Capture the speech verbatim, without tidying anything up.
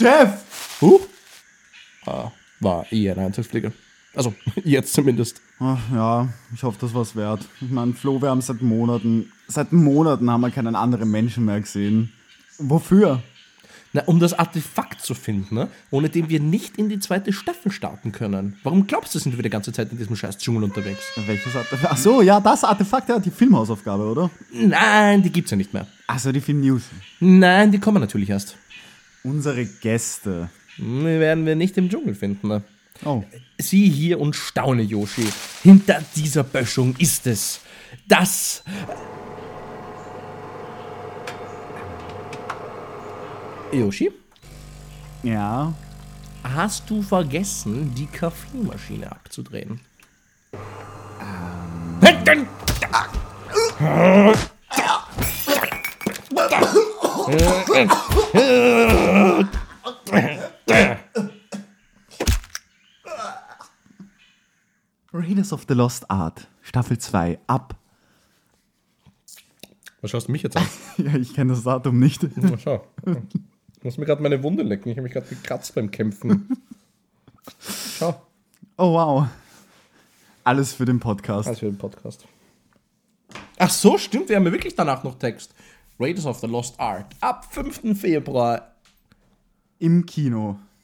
Chef! Huh? Ah, war eher ein Eintagsflieger. Also, jetzt zumindest. Ach, ja, ich hoffe, das war's wert. Ich meine, Flo, wir haben seit Monaten, seit Monaten haben wir keinen anderen Menschen mehr gesehen. Wofür? Na, um das Artefakt zu finden, ne? Ohne dem wir nicht in die zweite Staffel starten können. Warum glaubst du, sind wir die ganze Zeit in diesem scheiß Dschungel unterwegs? Welches Artefakt? Ach so, ja, das Artefakt, ja, die Filmhausaufgabe, oder? Nein, die gibt's ja nicht mehr. Achso, die Film-News. Nein, die kommen natürlich erst. Unsere Gäste. Die werden wir nicht im Dschungel finden, ne? Oh. Sieh hier und staune, Yoshi. Hinter dieser Böschung ist es. Das... Yoshi? Ja. Hast du vergessen, die Kaffeemaschine abzudrehen? Ähm. Raiders of the Lost Art, Staffel zwei, ab. Was schaust du mich jetzt an? Ja, ich kenne das Datum nicht. Na, schau. Ich muss mir gerade meine Wunde lecken. Ich habe mich gerade gekratzt beim Kämpfen. Schau. Oh, wow. Alles für den Podcast. Alles für den Podcast. Ach so, stimmt. Wir haben ja wirklich danach noch Text. Raiders of the Lost Ark. Ab fünften Februar. Im Kino.